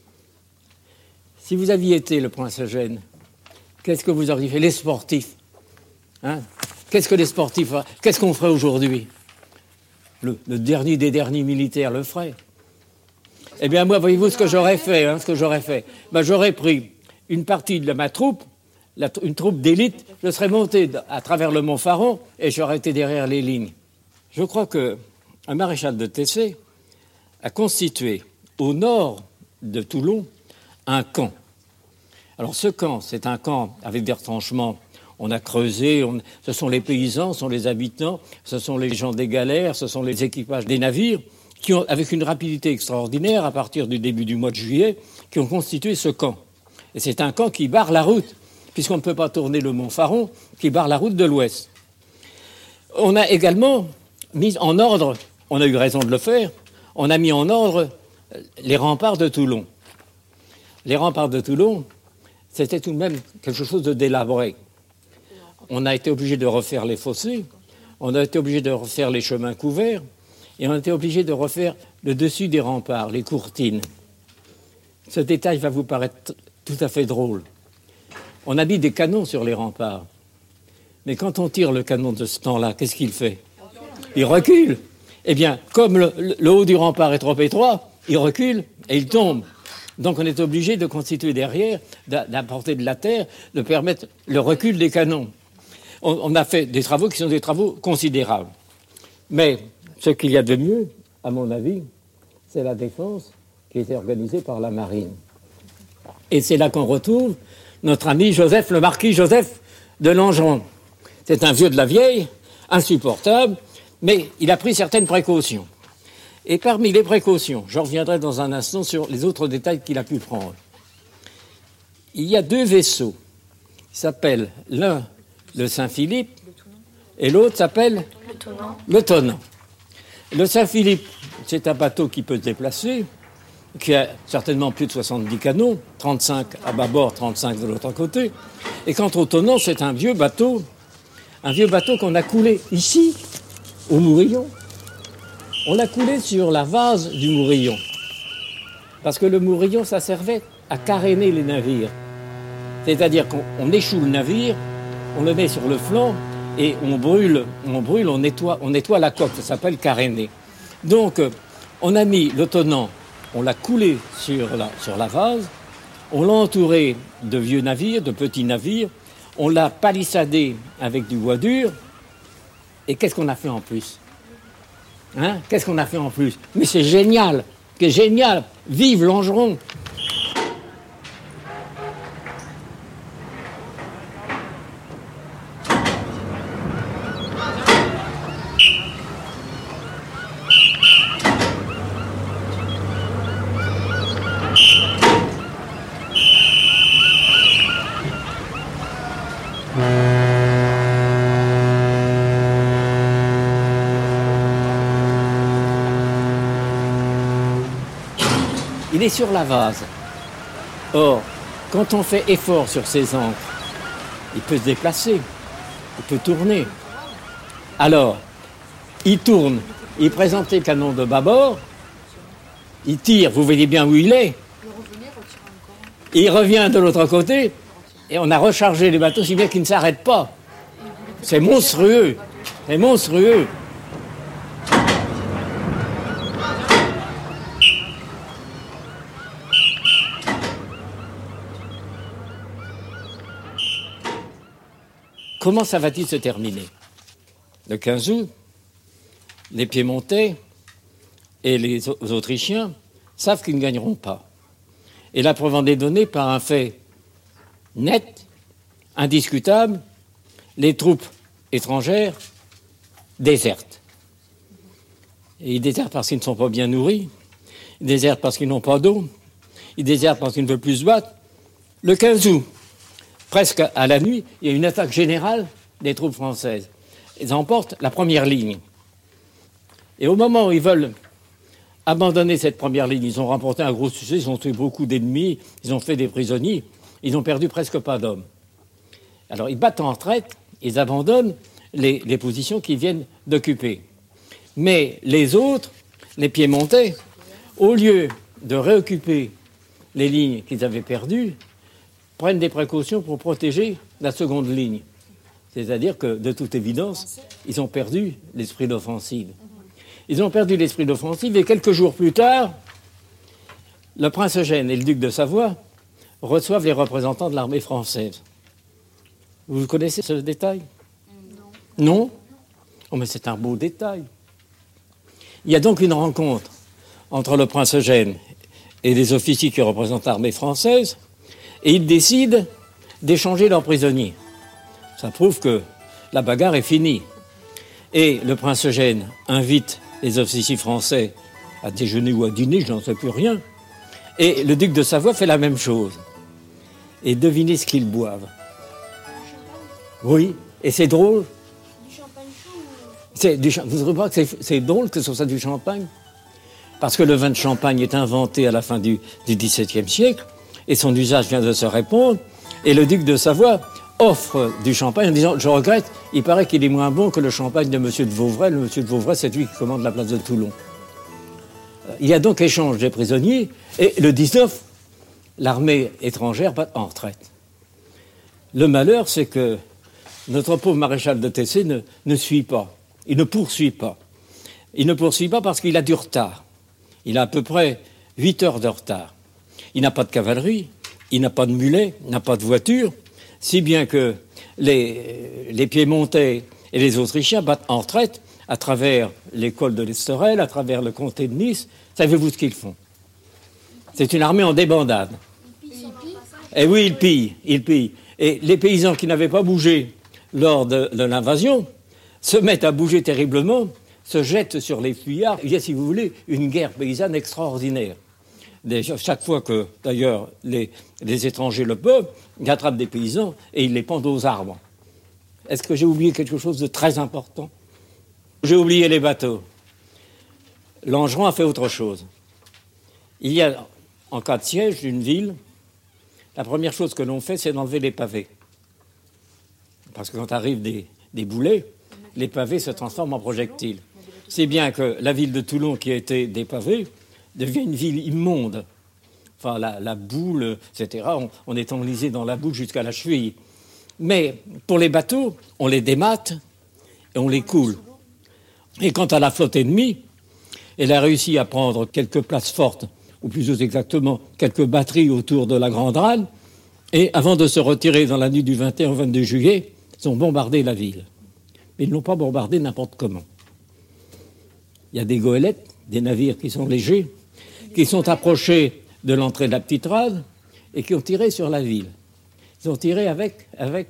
Si vous aviez été le prince Eugène, qu'est-ce que vous auriez fait? Les sportifs. Hein? Qu'est-ce que les sportifs... Qu'est-ce qu'on ferait aujourd'hui? Le dernier des derniers militaires le ferait. Eh bien, moi, voyez-vous ce que j'aurais fait, j'aurais pris une partie de ma troupe, une troupe d'élite, je serais monté à travers le mont Faron et j'aurais été derrière les lignes. Je crois qu'un maréchal de Tessé a constitué au nord de Toulon un camp. Alors ce camp, c'est un camp avec des retranchements. On a creusé, ce sont les paysans, ce sont les habitants, ce sont les gens des galères, ce sont les équipages des navires qui ont, avec une rapidité extraordinaire, à partir du début du mois de juillet, qui ont constitué ce camp. Et c'est un camp qui barre la route, puisqu'on ne peut pas tourner le mont Faron, qui barre la route de l'ouest. On a également mis en ordre, on a eu raison de le faire, on a mis en ordre les remparts de Toulon. Les remparts de Toulon, c'était tout de même quelque chose de délabré. On a été obligé de refaire les fossés, on a été obligé de refaire les chemins couverts, et on a été obligé de refaire le dessus des remparts, les courtines. Ce détail va vous paraître tout à fait drôle. On a mis des canons sur les remparts. Mais quand on tire le canon de ce temps-là, qu'est-ce qu'il fait? Il recule. Eh bien, comme le haut du rempart est trop étroit, il recule et il tombe. Donc on est obligé de constituer derrière, d'apporter de la terre, de permettre le recul des canons. On a fait des travaux qui sont des travaux considérables. Mais ce qu'il y a de mieux, à mon avis, c'est la défense qui était organisée par la marine. Et c'est là qu'on retrouve notre ami Joseph, le marquis Joseph de Langeron. C'est un vieux de la vieille, insupportable, mais il a pris certaines précautions. Et parmi les précautions, je reviendrai dans un instant sur les autres détails qu'il a pu prendre. Il y a 2 vaisseaux qui s'appellent l'un le Saint-Philippe et l'autre s'appelle le Tonnant. Le Saint-Philippe, c'est un bateau qui peut se déplacer, qui a certainement plus de 70 canons, 35 à bâbord, 35 de l'autre côté. Et quant au Tonnant, c'est un vieux bateau qu'on a coulé ici, au Mourillon. On l'a coulé sur la vase du Mourillon. Parce que le Mourillon, ça servait à caréner les navires. C'est-à-dire qu'on échoue le navire, on le met sur le flanc et on brûle, on nettoie la coque, ça s'appelle caréner. Donc, on a mis le Tonnant, on l'a coulé sur la vase, on l'a entouré de vieux navires, de petits navires, on l'a palissadé avec du bois dur, et qu'est-ce qu'on a fait en plus? Qu'est-ce qu'on a fait en plus? Mais c'est génial, vive Langeron! Il est sur la vase. Or, quand on fait effort sur ses ancres, il peut se déplacer, il peut tourner. Alors, il tourne, il présente les canons de bâbord, il tire, vous voyez bien où il est, il revient de l'autre côté, et on a rechargé les bateaux si bien qu'ils ne s'arrêtent pas. C'est monstrueux, c'est monstrueux. Comment ça va-t-il se terminer? Le 15 août, les Piémontais et les Autrichiens savent qu'ils ne gagneront pas. Et la preuve en est donnée par un fait net, indiscutable, les troupes étrangères désertent. Et ils désertent parce qu'ils ne sont pas bien nourris, ils désertent parce qu'ils n'ont pas d'eau, ils désertent parce qu'ils ne veulent plus se battre. Le 15 août, presque à la nuit, il y a une attaque générale des troupes françaises. Ils emportent la première ligne. Et au moment où ils veulent abandonner cette première ligne, ils ont remporté un gros succès, ils ont tué beaucoup d'ennemis, ils ont fait des prisonniers, ils n'ont perdu presque pas d'hommes. Alors ils battent en retraite, ils abandonnent les positions qu'ils viennent d'occuper. Mais les autres, les Piémontais, au lieu de réoccuper les lignes qu'ils avaient perdues, prennent des précautions pour protéger la seconde ligne. C'est-à-dire que, de toute évidence, ils ont perdu l'esprit d'offensive. Ils ont perdu l'esprit d'offensive et quelques jours plus tard, le prince Eugène et le duc de Savoie reçoivent les représentants de l'armée française. Vous connaissez ce détail? Non. Non? Oh, mais c'est un beau détail. Il y a donc une rencontre entre le prince Eugène et les officiers qui représentent l'armée française, et ils décident d'échanger leurs prisonniers. Ça prouve que la bagarre est finie. Et le prince Eugène invite les officiers français à déjeuner ou à dîner, je n'en sais plus rien. Et le duc de Savoie fait la même chose. Et devinez ce qu'ils boivent. Oui, et c'est drôle. Du champagne chaud ou... Vous ne trouvez pas que c'est drôle que ce soit du champagne? Parce que le vin de champagne est inventé à la fin du XVIIe siècle, et son usage vient de se répandre, et le duc de Savoie offre du champagne en disant « Je regrette, il paraît qu'il est moins bon que le champagne de M. de Vauvray. Le M. de Vauvray, c'est lui qui commande la place de Toulon. » Il y a donc échange des prisonniers, et le 19, l'armée étrangère part en retraite. Le malheur, c'est que notre pauvre maréchal de Tessé ne suit pas. Il ne poursuit pas. Il ne poursuit pas parce qu'il a du retard. Il a à peu près 8 heures de retard. Il n'a pas de cavalerie, il n'a pas de mulet, il n'a pas de voiture, si bien que les Piémontais et les Autrichiens battent en retraite à travers l'école de l'Estorel, à travers le comté de Nice. Savez-vous ce qu'ils font? C'est une armée en débandade. Et oui, ils pillent. Et les paysans qui n'avaient pas bougé lors de l'invasion se mettent à bouger terriblement, se jettent sur les fuyards. Il y a, si vous voulez, une guerre paysanne extraordinaire. Chaque fois que, d'ailleurs, les étrangers le peuvent, ils attrapent des paysans et ils les pendent aux arbres. Est-ce que j'ai oublié quelque chose de très important? J'ai oublié les bateaux. Langeron a fait autre chose. Il y a, en cas de siège d'une ville, la première chose que l'on fait, c'est d'enlever les pavés. Parce que quand arrivent des boulets, les pavés se transforment en projectiles. C'est bien que la ville de Toulon, qui a été dépavée, devient une ville immonde. Enfin, la boule, etc., on est enlisé dans la boule jusqu'à la cheville. Mais pour les bateaux, on les démate et on les coule. Et quant à la flotte ennemie, elle a réussi à prendre quelques places fortes, ou plus exactement quelques batteries autour de la Grande Rade, et avant de se retirer dans la nuit du 21 au 22 juillet, ils ont bombardé la ville. Mais ils ne l'ont pas bombardée n'importe comment. Il y a des goélettes, des navires qui sont légers, qui sont approchés de l'entrée de la Petite Rade et qui ont tiré sur la ville. Ils ont tiré avec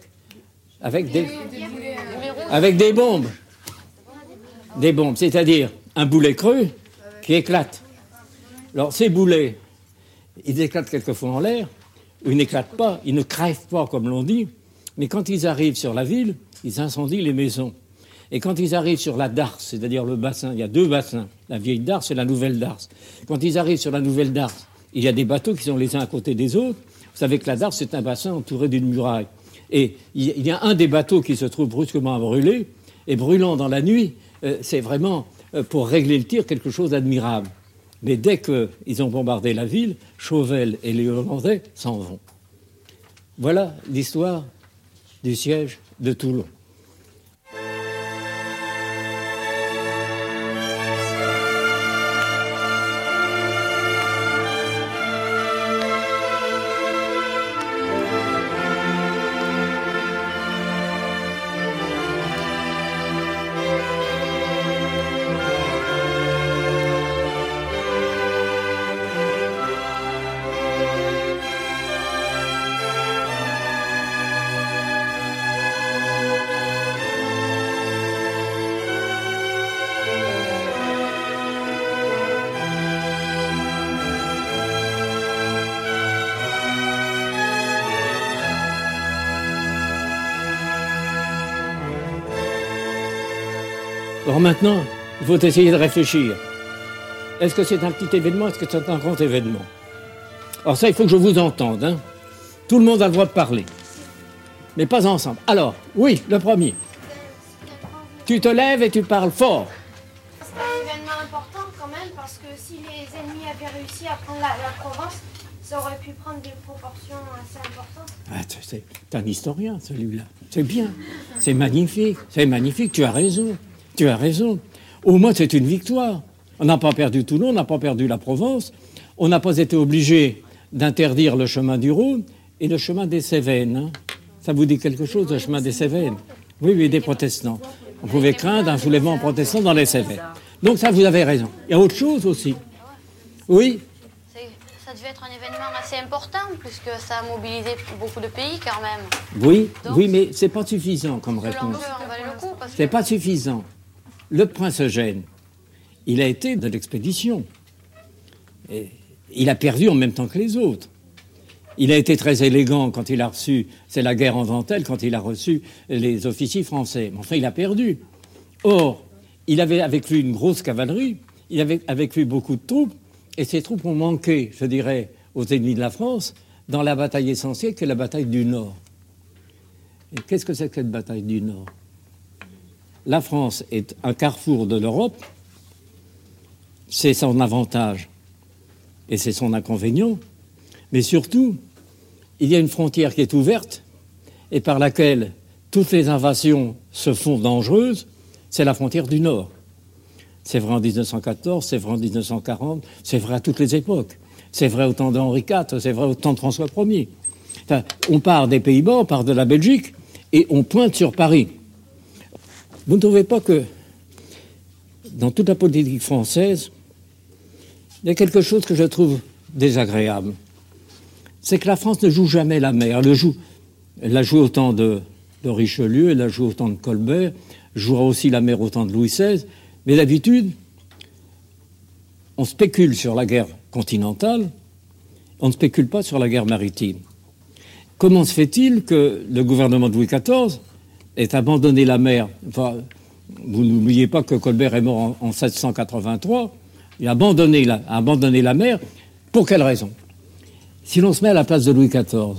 des bombes. Des bombes, c'est-à-dire un boulet creux qui éclate. Alors ces boulets, ils éclatent quelquefois en l'air, ou ils n'éclatent pas, ils ne crèvent pas comme l'on dit, mais quand ils arrivent sur la ville, ils incendient les maisons. Et quand ils arrivent sur la Darse, c'est-à-dire le bassin, il y a 2 bassins, la vieille Darse et la nouvelle Darse. Quand ils arrivent sur la nouvelle Darse, il y a des bateaux qui sont les uns à côté des autres. Vous savez que la Darse, c'est un bassin entouré d'une muraille. Et il y a un des bateaux qui se trouve brusquement à brûler, et brûlant dans la nuit, c'est vraiment, pour régler le tir, quelque chose d'admirable. Mais dès qu'ils ont bombardé la ville, Chauvel et les Hollandais s'en vont. Voilà l'histoire du siège de Toulon. Alors maintenant, il faut essayer de réfléchir. Est-ce que c'est un petit événement? Est-ce que c'est un grand événement? Alors ça, il faut que je vous entende. Hein. Tout le monde a le droit de parler. Mais pas ensemble. Alors, oui, le premier. Tu te lèves et tu parles fort. C'est un événement important quand même, parce que si les ennemis avaient réussi à prendre la Provence, ça aurait pu prendre des proportions assez importantes. Ah, c'est un historien, celui-là. C'est bien. C'est magnifique. C'est magnifique. Tu as raison. Tu as raison. Au moins, c'est une victoire. On n'a pas perdu Toulon, on n'a pas perdu la Provence. On n'a pas été obligé d'interdire le chemin du Rhône et le chemin des Cévennes. Hein. Ça vous dit quelque chose, le chemin des Cévennes? Oui, oui, des protestants. On pouvait craindre un soulèvement protestant dans les Cévennes. Donc ça, vous avez raison. Il y a autre chose aussi. Oui? Ça devait être un événement assez important, puisque ça a mobilisé beaucoup de pays quand même. Oui, donc, oui, mais c'est pas suffisant comme réponse. L'enjeu en valait le coup. C'est pas suffisant. Le prince Eugène, il a été de l'expédition. Et il a perdu en même temps que les autres. Il a été très élégant quand il a reçu, c'est la guerre en dentelle, quand il a reçu les officiers français. Mais enfin, il a perdu. Or, il avait avec lui une grosse cavalerie, il avait avec lui beaucoup de troupes, et ces troupes ont manqué, je dirais, aux ennemis de la France, dans la bataille essentielle qui est la bataille du Nord. Et qu'est-ce que c'est que cette bataille du Nord? La France est un carrefour de l'Europe, c'est son avantage et c'est son inconvénient, mais surtout, il y a une frontière qui est ouverte et par laquelle toutes les invasions se font dangereuses, c'est la frontière du Nord. C'est vrai en 1914, c'est vrai en 1940, c'est vrai à toutes les époques. C'est vrai au temps d'Henri IV, c'est vrai au temps de François Ier. Enfin, on part des Pays-Bas, on part de la Belgique, et on pointe sur Paris. Vous ne trouvez pas que, dans toute la politique française, il y a quelque chose que je trouve désagréable. C'est que la France ne joue jamais la mer. Elle a joué au temps de Richelieu, elle a joué au temps de Colbert, jouera aussi la mer au temps de Louis XVI, mais d'habitude, on spécule sur la guerre continentale, on ne spécule pas sur la guerre maritime. Comment se fait-il que le gouvernement de Louis XIV ait abandonné la mer? Enfin, vous n'oubliez pas que Colbert est mort en 1783, il a abandonné la mer. Pour quelle raison? Si l'on se met à la place de Louis XIV,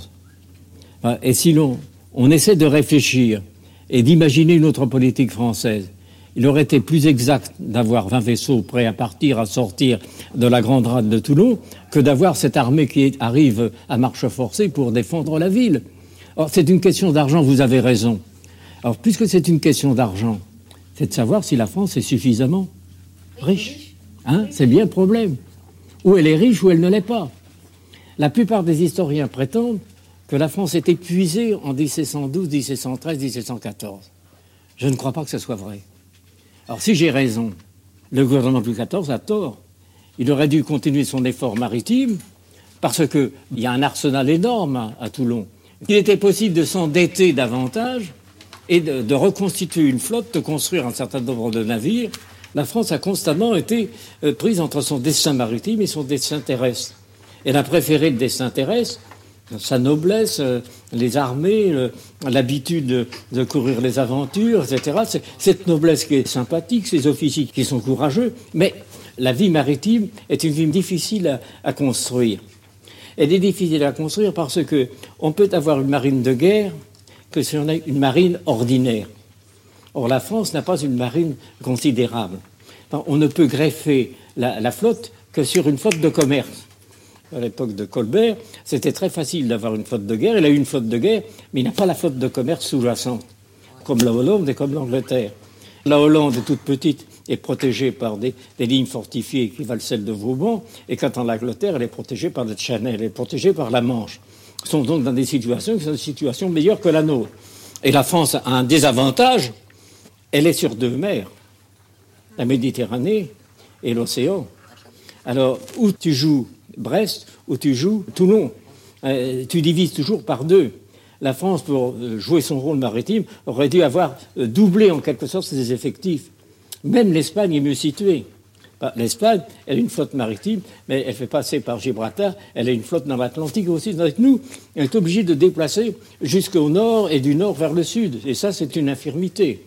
et si on essaie de réfléchir et d'imaginer une autre politique française, il aurait été plus exact d'avoir 20 vaisseaux prêts à partir, à sortir de la grande rade de Toulon, que d'avoir cette armée qui arrive à marche forcée pour défendre la ville. Or, c'est une question d'argent, vous avez raison. Alors, puisque c'est une question d'argent, c'est de savoir si la France est suffisamment riche. C'est bien le problème. Ou elle est riche ou elle ne l'est pas. La plupart des historiens prétendent que la France est épuisée en 1712, 1713, 1714. Je ne crois pas que ce soit vrai. Alors si j'ai raison, le gouvernement de Louis XIV a tort. Il aurait dû continuer son effort maritime parce qu'il y a un arsenal énorme à Toulon. Il était possible de s'endetter davantage et de reconstituer une flotte, de construire un certain nombre de navires. La France a constamment été prise entre son destin maritime et son destin terrestre. Elle a préféré le destin terrestre, sa noblesse, les armées, l'habitude de courir les aventures, etc. C'est cette noblesse qui est sympathique, ces officiers qui sont courageux, mais la vie maritime est une vie difficile à construire. Elle est difficile à construire parce qu'on peut avoir une marine de guerre que si on a une marine ordinaire. Or, la France n'a pas une marine considérable. Enfin, on ne peut greffer la flotte que sur une flotte de commerce. À l'époque de Colbert, c'était très facile d'avoir une flotte de guerre. Il a eu une flotte de guerre, mais il n'a pas la flotte de commerce sous-jacente, comme la Hollande et comme l'Angleterre. La Hollande est toute petite et protégée par des lignes fortifiées qui valent celles de Vauban, et quant à l'Angleterre, elle est protégée par le Channel, elle est protégée par la Manche. Ils sont donc dans des situations qui sont des situations meilleures que la nôtre. Et la France a un désavantage, elle est sur deux mers, la Méditerranée et l'océan. Alors, où tu joues Brest, où tu joues Toulon, tu divises toujours par deux. La France, pour jouer son rôle maritime, aurait dû avoir doublé en quelque sorte ses effectifs. Même l'Espagne est mieux située. L'Espagne, elle a une flotte maritime, mais elle fait passer par Gibraltar, elle a une flotte dans l'Atlantique aussi. Avec nous, elle est obligée de déplacer jusqu'au nord et du nord vers le sud. Et ça, c'est une infirmité.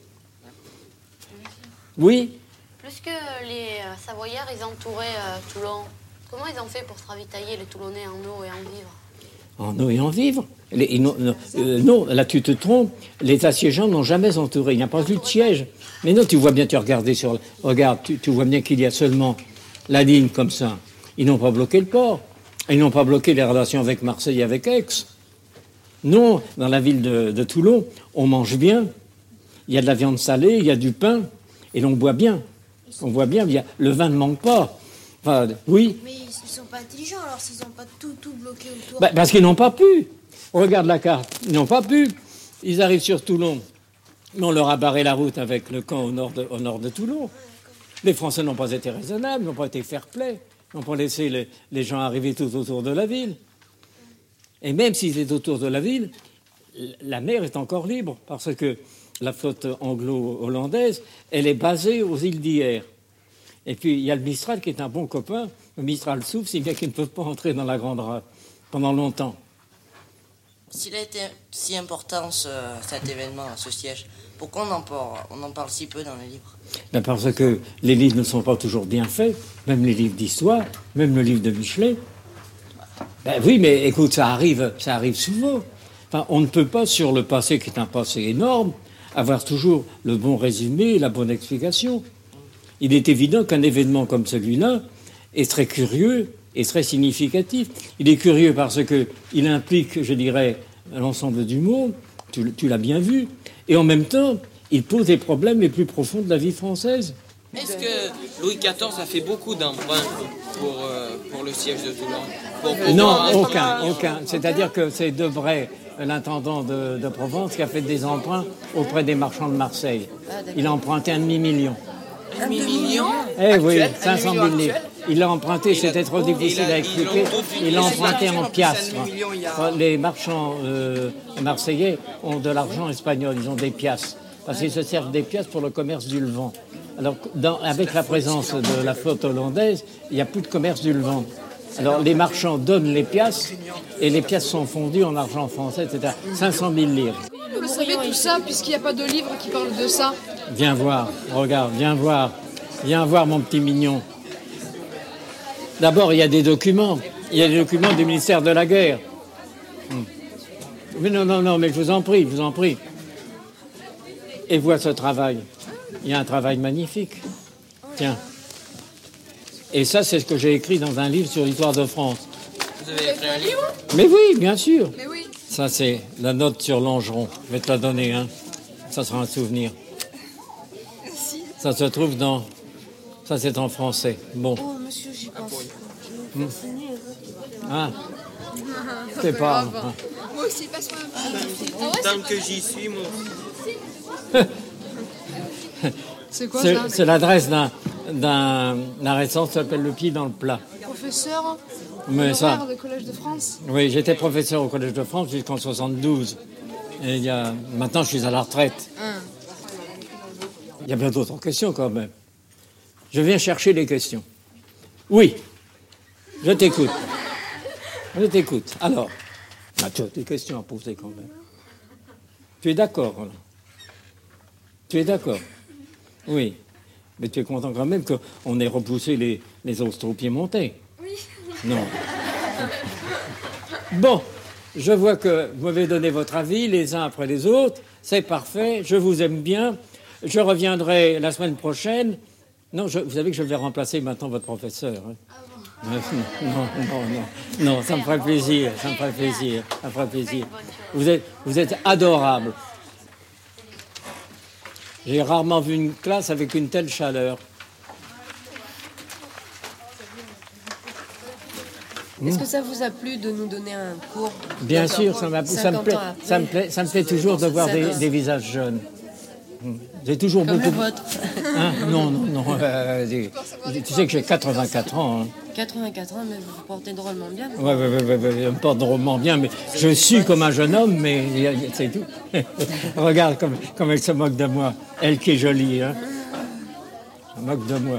Oui? Plus que les Savoyards, ils entouraient Toulon. Comment ils ont fait pour se ravitailler, les Toulonnais, en eau et en vivres? En eau et en vivres? Non, là tu te trompes. Les assiégeants n'ont jamais entouré. Il n'y a pas eu de siège. Mais non, tu vois bien, regarde, tu vois bien qu'il y a seulement la ligne comme ça. Ils n'ont pas bloqué le port. Ils n'ont pas bloqué les relations avec Marseille et avec Aix. Non, dans la ville de Toulon, on mange bien. Il y a de la viande salée, il y a du pain, et l'on boit bien. On voit bien, le vin ne manque pas. Enfin, oui. Mais ils ne sont pas intelligents, alors s'ils n'ont pas tout bloqué autour. Parce qu'ils n'ont pas pu. On regarde la carte. Ils n'ont pas pu. Ils arrivent sur Toulon. Mais on leur a barré la route avec le camp au nord de Toulon. Les Français n'ont pas été raisonnables, n'ont pas été fair-play, n'ont pas laissé les gens arriver tout autour de la ville. Et même s'ils étaient autour de la ville, la mer est encore libre, parce que la flotte anglo-hollandaise, elle est basée aux îles d'Hyères. Et puis, il y a le Mistral qui est un bon copain. Le Mistral souffre, si bien qu'ils ne peuvent pas entrer dans la Grande Rade pendant longtemps. S'il a été si important, cet événement, ce siège, pourquoi on en parle si peu dans les livres? Parce que les livres ne sont pas toujours bien faits, même les livres d'histoire, même le livre de Michelet. Oui, mais écoute, ça arrive souvent. Enfin, on ne peut pas, sur le passé, qui est un passé énorme, avoir toujours le bon résumé, la bonne explication. Il est évident qu'un événement comme celui-là est très curieux et très significatif. Il est curieux parce qu'il implique, je dirais, l'ensemble du monde, tu l'as bien vu. Et en même temps, il pose les problèmes les plus profonds de la vie française. Est-ce que Louis XIV a fait beaucoup d'emprunts pour le siège de Toulon? Non, aucun. C'est-à-dire que c'est Debray, l'intendant de Provence, qui a fait des emprunts auprès des marchands de Marseille. Il a emprunté 1 demi-million. 1 demi-million? Eh oui, 500 000 livres. Il l'a emprunté, c'était trop difficile à expliquer. Il l'a emprunté en piastres. Les marchands marseillais ont de l'argent espagnol, ils ont des piastres. Parce qu'ils se servent des piastres pour le commerce du Levant. Alors, avec la présence de la flotte hollandaise, il n'y a plus de commerce du Levant. Alors, les marchands donnent les piastres, et les piastres sont fondues en argent français, etc. 500 000 livres. Vous savez tout ça, puisqu'il n'y a pas de livre qui parle de ça. Viens voir, regarde, viens voir. Viens voir, mon petit mignon. D'abord, il y a des documents. Il y a des documents du ministère de la Guerre. Mais non, mais je vous en prie. Et vois ce travail. Il y a un travail magnifique. Tiens. Et ça, c'est ce que j'ai écrit dans un livre sur l'histoire de France. Vous avez écrit un livre? Mais oui, bien sûr. Mais oui. Ça, c'est la note sur Langeron. Je vais te la donner, hein. Ça sera un souvenir. Merci. Ça se trouve dans... Ça, c'est en français. Bon. Oh, monsieur, j'y pense. Ah. C'est pas... Moi aussi, passe-moi un peu. Tant que j'y suis, moi. C'est quoi ça? C'est l'adresse d'un récent qui s'appelle Le Pied dans le Plat. Professeur Mais ça... du Collège de France. Oui, j'étais professeur au Collège de France jusqu'en 72. Et maintenant, je suis à la retraite. Il y a bien d'autres questions quand même. Je viens chercher les questions. Oui, je t'écoute. Alors, tu as des questions à poser quand même. Tu es d'accord, là? Tu es d'accord? Oui. Mais tu es content quand même qu'on ait repoussé les Austro-Piémontais? Oui. Non. Bon, je vois que vous m'avez donné votre avis les uns après les autres. C'est parfait, je vous aime bien. Je reviendrai la semaine prochaine. Non, vous savez que je vais remplacer maintenant votre professeur. Hein. Non, ça me ferait plaisir, Vous êtes adorable. J'ai rarement vu une classe avec une telle chaleur. Est-ce que ça vous a plu de nous donner un cours? Bien sûr, ça me plaît toujours de voir des visages jeunes. J'ai toujours comme beaucoup... le vôtre. Hein? Non. Tu sais que j'ai 84 ans. Hein. 84 ans, mais vous vous portez drôlement bien. Ouais, je me porte drôlement bien, mais je suis comme un jeune homme, mais c'est tout. Regarde comme elle se moque de moi. Elle qui est jolie, hein. Elle se moque de moi.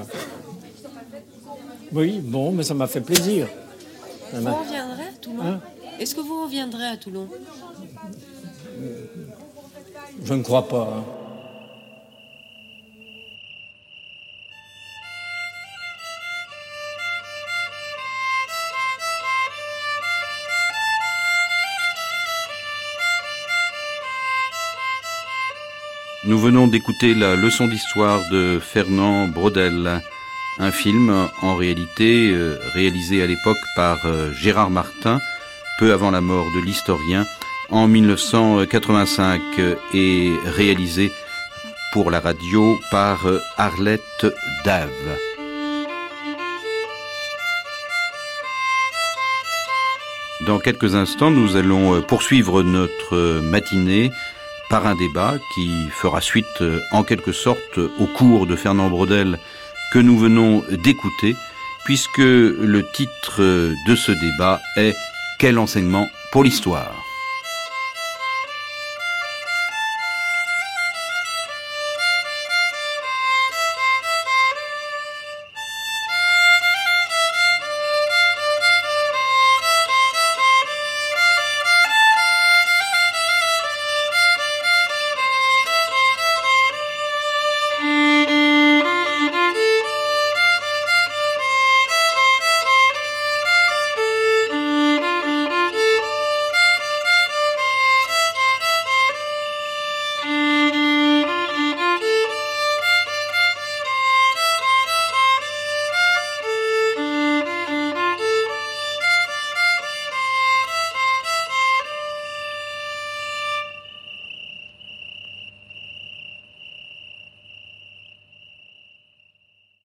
Oui, bon, mais ça m'a fait plaisir. Vous reviendrez à Toulon? Hein? Est-ce que vous reviendrez à Toulon? Je ne crois pas. Hein. Nous venons d'écouter la leçon d'histoire de Fernand Braudel, un film en réalité réalisé à l'époque par Gérard Martin, peu avant la mort de l'historien, en 1985 et réalisé pour la radio par Arlette Dave. Dans quelques instants, nous allons poursuivre notre matinée par un débat qui fera suite en quelque sorte au cours de Fernand Braudel que nous venons d'écouter, puisque le titre de ce débat est « Quel enseignement pour l'histoire ?»